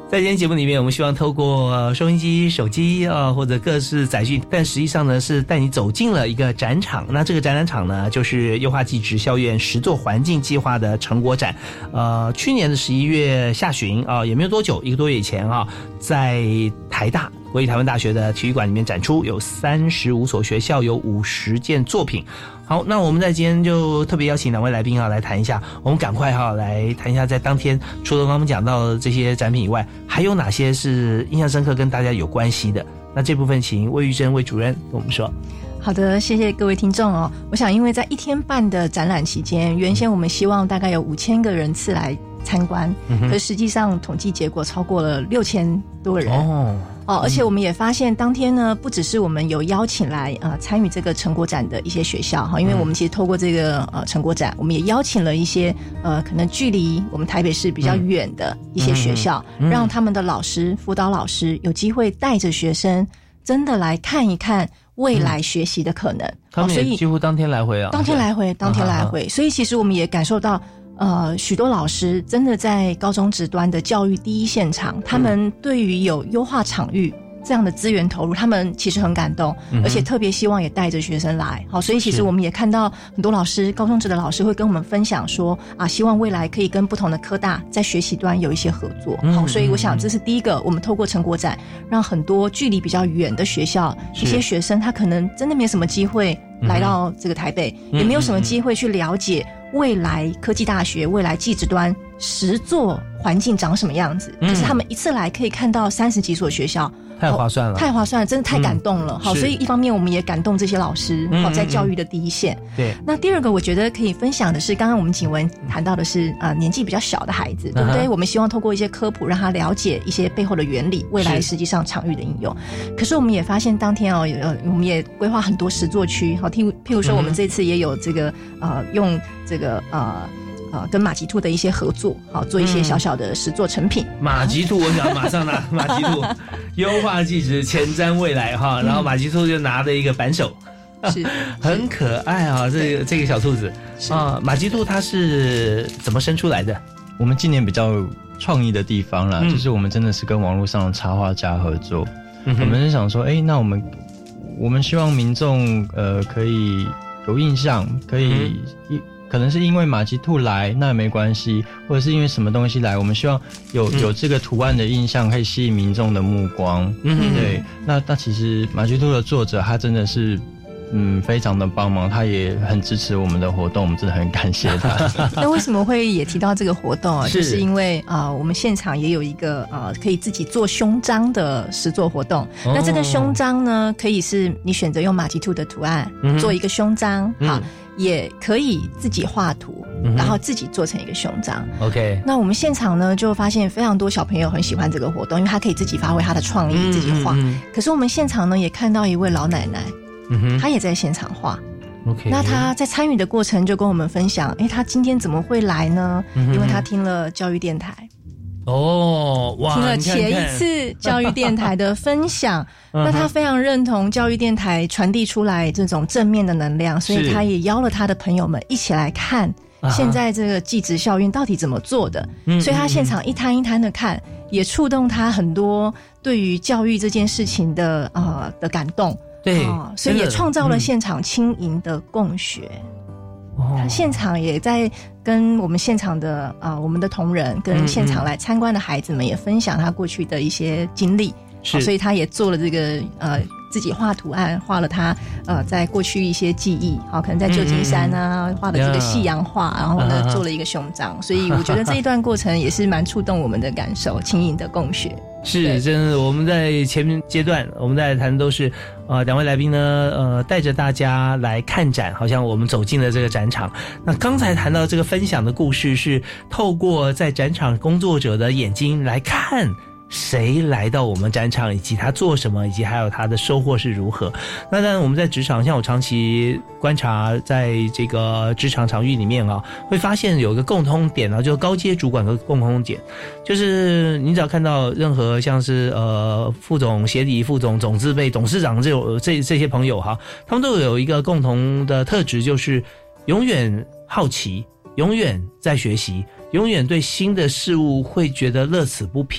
在今天节目里面，我们希望透过收音机、手机或者各式载具，但实际上呢是带你走进了一个展场。那这个展览场呢，就是优化技职校院实作环境计划的成果展。去年的11月下旬也没有多久，1个多月以前在台大国立台湾大学的体育馆里面展出，有35所学校，有50件作品。好，那我们在今天就特别邀请2位来宾来谈一下，我们赶快来谈一下，在当天除了刚刚讲到的这些展品以外，还有哪些是印象深刻跟大家有关系的？那这部分请魏玉珍魏主任跟我们说。 好的，谢谢各位听众哦。我想因为在1天半的展览期间，原先我们希望大概有5000个人次来参观，可实际上统计结果超过了6000多人而且我们也发现当天呢，不只是我们有邀请来参与这个成果展的一些学校因为我们其实透过这个成果展，我们也邀请了一些可能距离我们台北市比较远的一些学校，让他们的老师、辅导老师有机会带着学生真的来看一看未来学习的可能。 他们也几乎当天来回当天来回。所以其实我们也感受到许多老师真的在高中职端的教育第一现场，他们对于有优化场域这样的资源投入，他们其实很感动，而且特别希望也带着学生来。好，所以其实我们也看到很多老师，高中职的老师会跟我们分享说希望未来可以跟不同的科大在学习端有一些合作。好，所以我想这是第一个，我们透过成果展，让很多距离比较远的学校，一些学生他可能真的没什么机会来到这个台北，也没有什么机会去了解未来科技大学、未来技职端实作环境长什么样子。可是他们一次来可以看到30几所学校， 太划算了， 太划算了，真的太感动了。好，所以一方面我们也感动这些老师，在教育的第一线。 对。 那第二个我觉得可以分享的是，刚刚我们景文谈到的是年纪比较小的孩子，对不对？我们希望透过一些科普，让他了解一些背后的原理，未来实际上场域的应用。可是我们也发现，当天我们也规划很多实作区。好，譬如说我们这次也有这个用这个跟马吉兔的一些合作，好做一些小小的实作成品。马吉兔，我想马上拿马吉兔优化技职前瞻未来然后马吉兔就拿了一个扳手， 是很可爱这个小兔子马吉兔它是怎么生出来的？ 我们今年比较创意的地方啦，就是我们真的是跟网络上的插画家合作。我们是想说，那我们希望民众可以有印象，可以可能是因为马吉兔来，那也没关系，或者是因为什么东西来，我们希望有这个图案的印象，可以吸引民众的目光。对，那其实马吉兔的作者他真的是非常的帮忙，他也很支持我们的活动，我们真的很感谢他。 那为什么会也提到这个活动就是因为我们现场也有一个可以自己做胸章的实作活动。那这个胸章呢，可以是你选择用马吉兔的图案做一个胸章，好，也可以自己画图，然后自己做成一个胸章。 OK， 那我们现场呢就发现非常多小朋友很喜欢这个活动，因为他可以自己发挥他的创意，自己画。可是我们现场呢也看到一位老奶奶，她也在现场画。 OK， 那她在参与的过程就跟我们分享，她今天怎么会来呢？因为她听了教育电台。 哇！ 听了前一次教育电台的分享，那他非常认同教育电台传递出来这种正面的能量，所以他也邀了他的朋友们一起来看现在这个技职校运到底怎么做的。所以他现场一摊一摊的看，也触动他很多对于教育这件事情的感动。 对， 所以也创造了现场轻盈的共学。他现场也在跟我们现场的我们的同仁跟现场来参观的孩子们也分享他过去的一些经历，所以他也做了这个自己画图案，画了他在过去一些记忆，可能在旧金山画的这个夕阳画，然后呢做了一个胸章，所以我觉得这一段过程也是蛮触动我们的感受，轻盈的共学。 是，真的，我们在前面阶段我们在谈的都是两位来宾呢带着大家来看展，好像我们走进了这个展场。那刚才谈到这个分享的故事是透过在展场工作者的眼睛来看谁来到我们展场，以及他做什么，以及还有他的收获是如何。那当然我们在职场，像我长期观察在这个职场场域里面会发现有一个共通点就是高阶主管的共通点，就是你只要看到任何像是副总、协理副总、总字辈、董事长这些朋友他们都有一个共同的特质，就是永远好奇，永远在学习，永远对新的事物会觉得乐此不疲，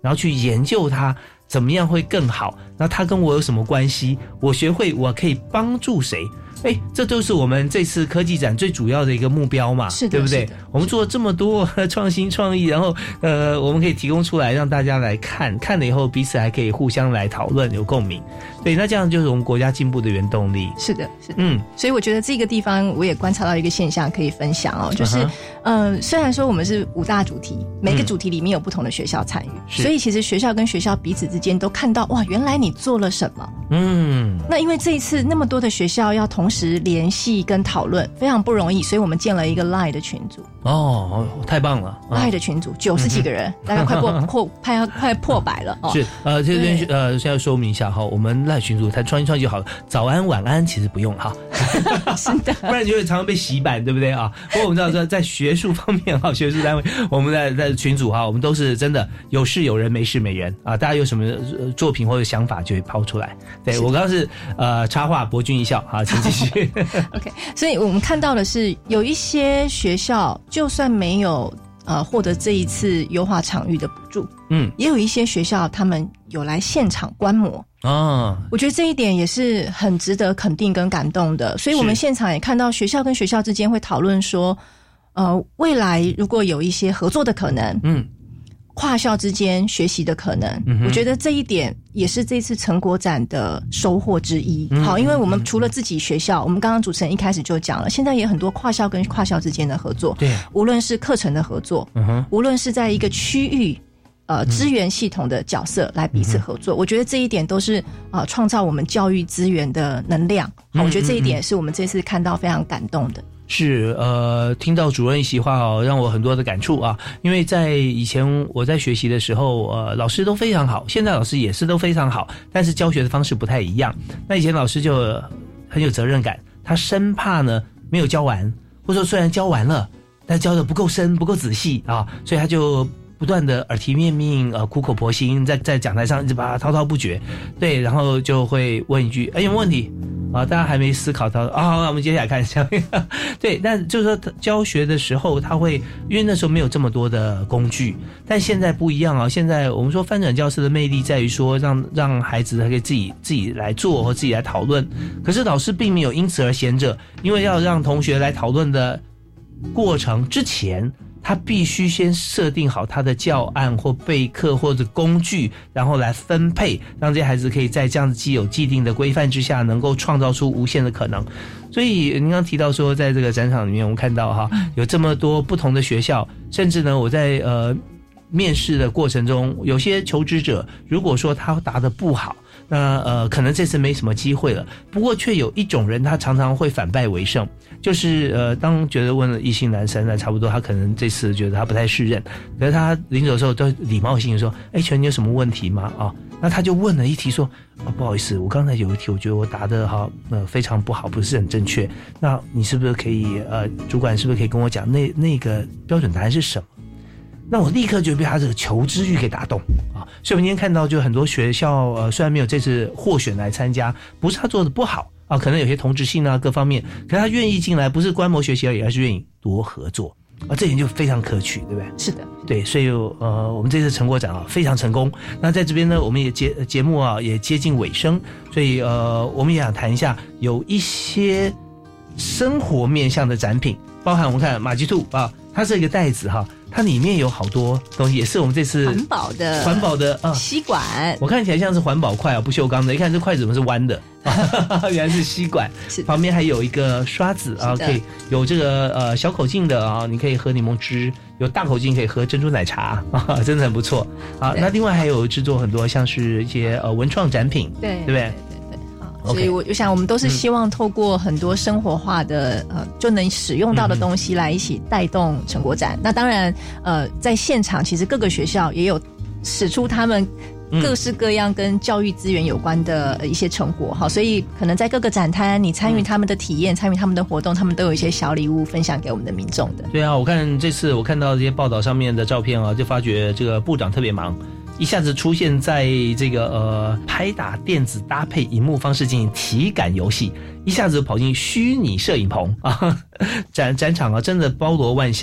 然后去研究它怎么样会更好，那它跟我有什么关系，我学会我可以帮助谁，这都是我们这次科技展最主要的一个目标嘛， 是的， 对不对？我们做了这么多创新创意，然后我们可以提供出来让大家来看了以后彼此还可以互相来讨论有共鸣，对，那这样就是我们国家进步的原动力。 是的，是的，所以我觉得这个地方我也观察到一个现象可以分享哦，就是虽然说我们是5大主题，每个主题里面有不同的学校参与，所以其实学校跟学校彼此之间都看到哇，原来你做了什么。那因为这一次那么多的学校要同时联系跟讨论非常不容易，所以我们建了一个 LINE 的群组。 太棒了 ！LINE 的群组90几个人，大概快破100了。 是这边现在说明一下哈，我们 LINE 群组它创意就好了，早安晚安其实不用哈， 是的， 不然就会常常被洗版，对不对啊？不过我们知道说在学术方面哈，学术单位我们在群组哈，我们都是真的有事有人没事没人啊，大家有什么作品或者想法就会抛出来。对，我刚刚是插话博君一笑啊，请继续。 OK， 所以我们看到的是有一些学校就算没有获得这一次优化场域的补助，也有一些学校他们有来现场观摩。我觉得这一点也是很值得肯定跟感动的。所以我们现场也看到学校跟学校之间会讨论说，未来如果有一些合作的可能，跨校之间学习的可能，我觉得这一点也是这次成果展的收获之一。好，因为我们除了自己学校，我们刚刚主持人一开始就讲了，现在也很多跨校跟跨校之间的合作，对，无论是课程的合作，无论是在一个区域资源系统的角色来彼此合作，我觉得这一点都是创造我们教育资源的能量。我觉得这一点是我们这次看到非常感动的。 是听到主任一席话让我很多的感触啊。因为在以前我在学习的时候老师都非常好，现在老师也是都非常好，但是教学的方式不太一样。那以前老师就很有责任感，他生怕呢没有教完，或者说虽然教完了，但教的不够深不够仔细啊，所以他就不断的耳提面命苦口婆心，在讲台上一直把它滔滔不绝。对，然后就会问一句有没有问题大家还没思考到好，那我们接下来看一下。对，但就是说教学的时候他会，因为那时候没有这么多的工具，但现在不一样啊。现在我们说翻转教室的魅力在于说让孩子可以自己来做或自己来讨论，可是老师并没有因此而闲着，因为要让同学来讨论的过程之前，他必须先设定好他的教案或备课或者工具，然后来分配，让这些孩子可以在这样子既有既定的规范之下，能够创造出无限的可能。所以您刚提到说，在这个展场里面，我们看到有这么多不同的学校，甚至呢，我在面试的过程中，有些求职者如果说他答得不好，那可能这次没什么机会了。不过却有一种人，他常常会反败为胜，就是当觉得问了异性男生，那差不多他可能这次觉得他不太适任，可是他临走的时候都礼貌性说请问你有什么问题吗？那他就问了一题说不好意思，我刚才有一题我觉得我答得非常不好，不是很正确，那你是不是可以主管是不是可以跟我讲那个标准答案是什么？那我立刻就被他这个求知欲给打动所以我们今天看到就很多学校虽然没有这次获选来参加，不是他做的不好可能有些同质性各方面，可是他愿意进来，不是观摩学习而已，而是愿意多合作这点就非常可取，对不对？ 是的， 对，所以我们这次成果展非常成功。那在这边呢，我们也节目也接近尾声，所以我们也想谈一下有一些生活面向的展品，包含我们看马吉兔它是一个袋子它里面有好多东西，也是我们这次环保的吸管， 我看起来像是环保筷不锈钢的，一看这筷子怎么是弯的原来是吸管，旁边还有一个刷子可以有这个小口径的你可以喝柠檬汁，有大口径可以喝珍珠奶茶真的很不错那另外还有制作很多像是一些文创展品，对不对？ 所以我想我们都是希望透过很多生活化的就能使用到的东西来一起带动成果展。那当然在现场其实各个学校也有使出他们各式各样跟教育资源有关的一些成果所以可能在各个展摊你参与他们的体验，参与他们的活动，他们都有一些小礼物分享给我们的民众的。 对我看这次我看到这些报道上面的照片就发觉这个部长特别忙，一下子出现在这个拍打电子搭配萤幕方式进行体感游戏，一下子跑进虚拟摄影棚展场真的包罗万象。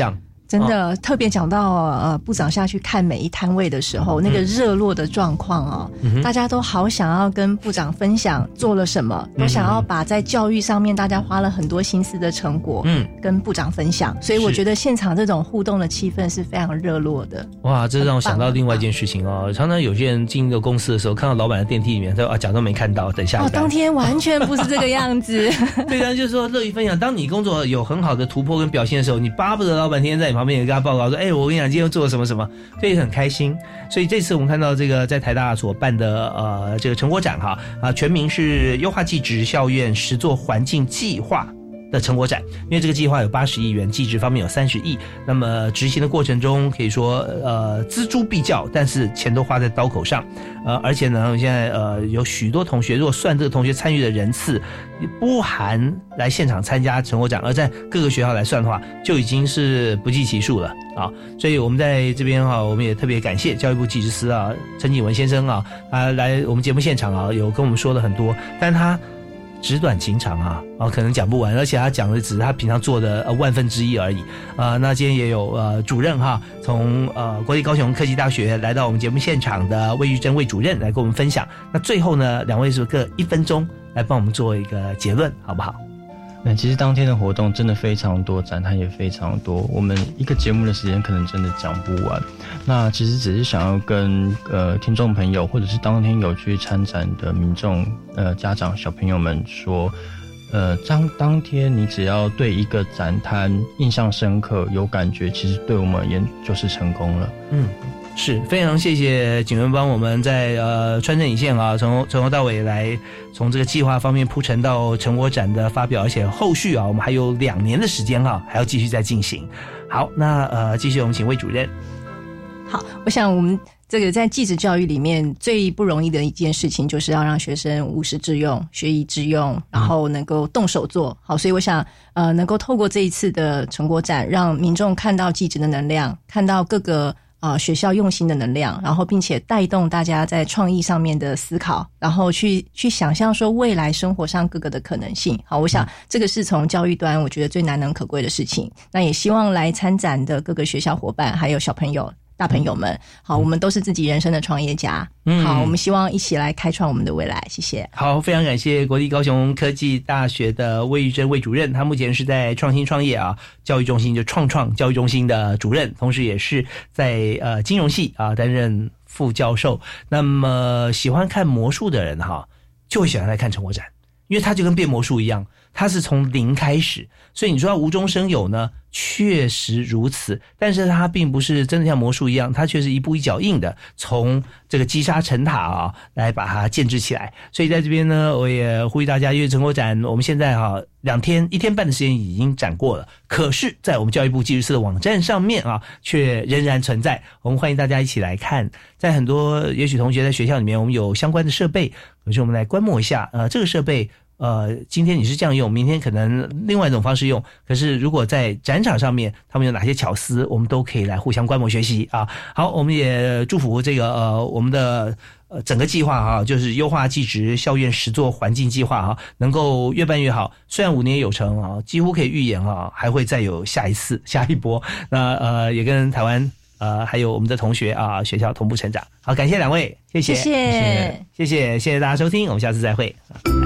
真的，特别讲到部长下去看每一摊位的时候，那个热络的状况哦，大家都好想要跟部长分享做了什么，都想要把在教育上面大家花了很多心思的成果，跟部长分享。所以我觉得现场这种互动的气氛是非常热络的。哇， 这让我想到另外一件事情哦，常常有些人进入公司的时候，看到老板的电梯里面，他假装没看到，等下一班。 当天完全不是这个样子。 对啊，就是说乐于分享。当你工作有很好的突破跟表现的时候，你巴不得老板天天在你旁边也跟他报告说，我跟你讲今天做了什么什么，所以很开心。所以这次我们看到这个在台大所办的这个成果展全名是优化技职校院实作环境计划的成果展，因为这个计划有80亿元，技职方面有30亿，那么执行的过程中可以说锱铢必较，但是钱都花在刀口上，而且呢现在有许多同学，如果算这个同学参与的人次不含来现场参加成果展，而在各个学校来算的话，就已经是不计其数了啊！所以我们在这边我们也特别感谢教育部技职司陈景文先生他来我们节目现场有跟我们说了很多，但他纸短情长可能讲不完，而且他讲的只是他平常做的1/1000而已那今天也有主任从国立高雄科技大学来到我们节目现场的魏玉珍魏主任来跟我们分享。那最后呢，两位是各1分钟来帮我们做一个结论，好不好？ 其实当天的活动真的非常多，展摊也非常多，我们一个节目的时间可能真的讲不完。那其实只是想要跟听众朋友或者是当天有去参展的民众家长小朋友们说，当天你只要对一个展摊印象深刻有感觉，其实对我们而言就是成功了。 是非常谢谢景文帮我们在穿针引线从头到尾来从这个计划方面铺陈到成果展的发表，而且后续我们还有2年的时间还要继续再进行。好，那继续我们请魏主任。 好，我想我们这个在技职教育里面最不容易的一件事情，就是要让学生无师自用、学以致用，然后能够动手做好。所以我想能够透过这一次的成果展，让民众看到技职的能量，看到各个学校用心的能量，然后并且带动大家在创意上面的思考，然后去想象说未来生活上各个的可能性。好，我想这个是从教育端我觉得最难能可贵的事情。那也希望来参展的各个学校伙伴还有小朋友大朋友们，好，我们都是自己人生的创业家。好，我们希望一起来开创我们的未来。谢谢。 好，非常感谢国立高雄科技大学的魏玉珍魏主任，他目前是在创新创业教育中心，就创教育中心的主任，同时也是在金融系担任副教授。那么喜欢看魔术的人就会喜欢来看成果展，因为它就跟变魔术一样，它是从零开始，所以你说它无中生有呢，确实如此，但是它并不是真的像魔术一样，它却是一步一脚印的从这个积沙成塔来把它建制起来。所以在这边呢，我也呼吁大家，因为成果展我们现在1天半的时间已经展过了，可是在我们教育部技职司的网站上面却仍然存在，我们欢迎大家一起来看。在很多也许同学在学校里面我们有相关的设备，可是我们来观摩一下这个设备今天你是这样用，明天可能另外一种方式用，可是如果在展场上面他们有哪些巧思，我们都可以来互相观摩学习好，我们也祝福这个我们的整个计划就是优化技职校院实作环境计划能够越办越好。虽然5年有成几乎可以预言还会再有下一波。那也跟台湾还有我们的同学学校同步成长。好，感谢两位，谢谢大家收听，我们下次再会。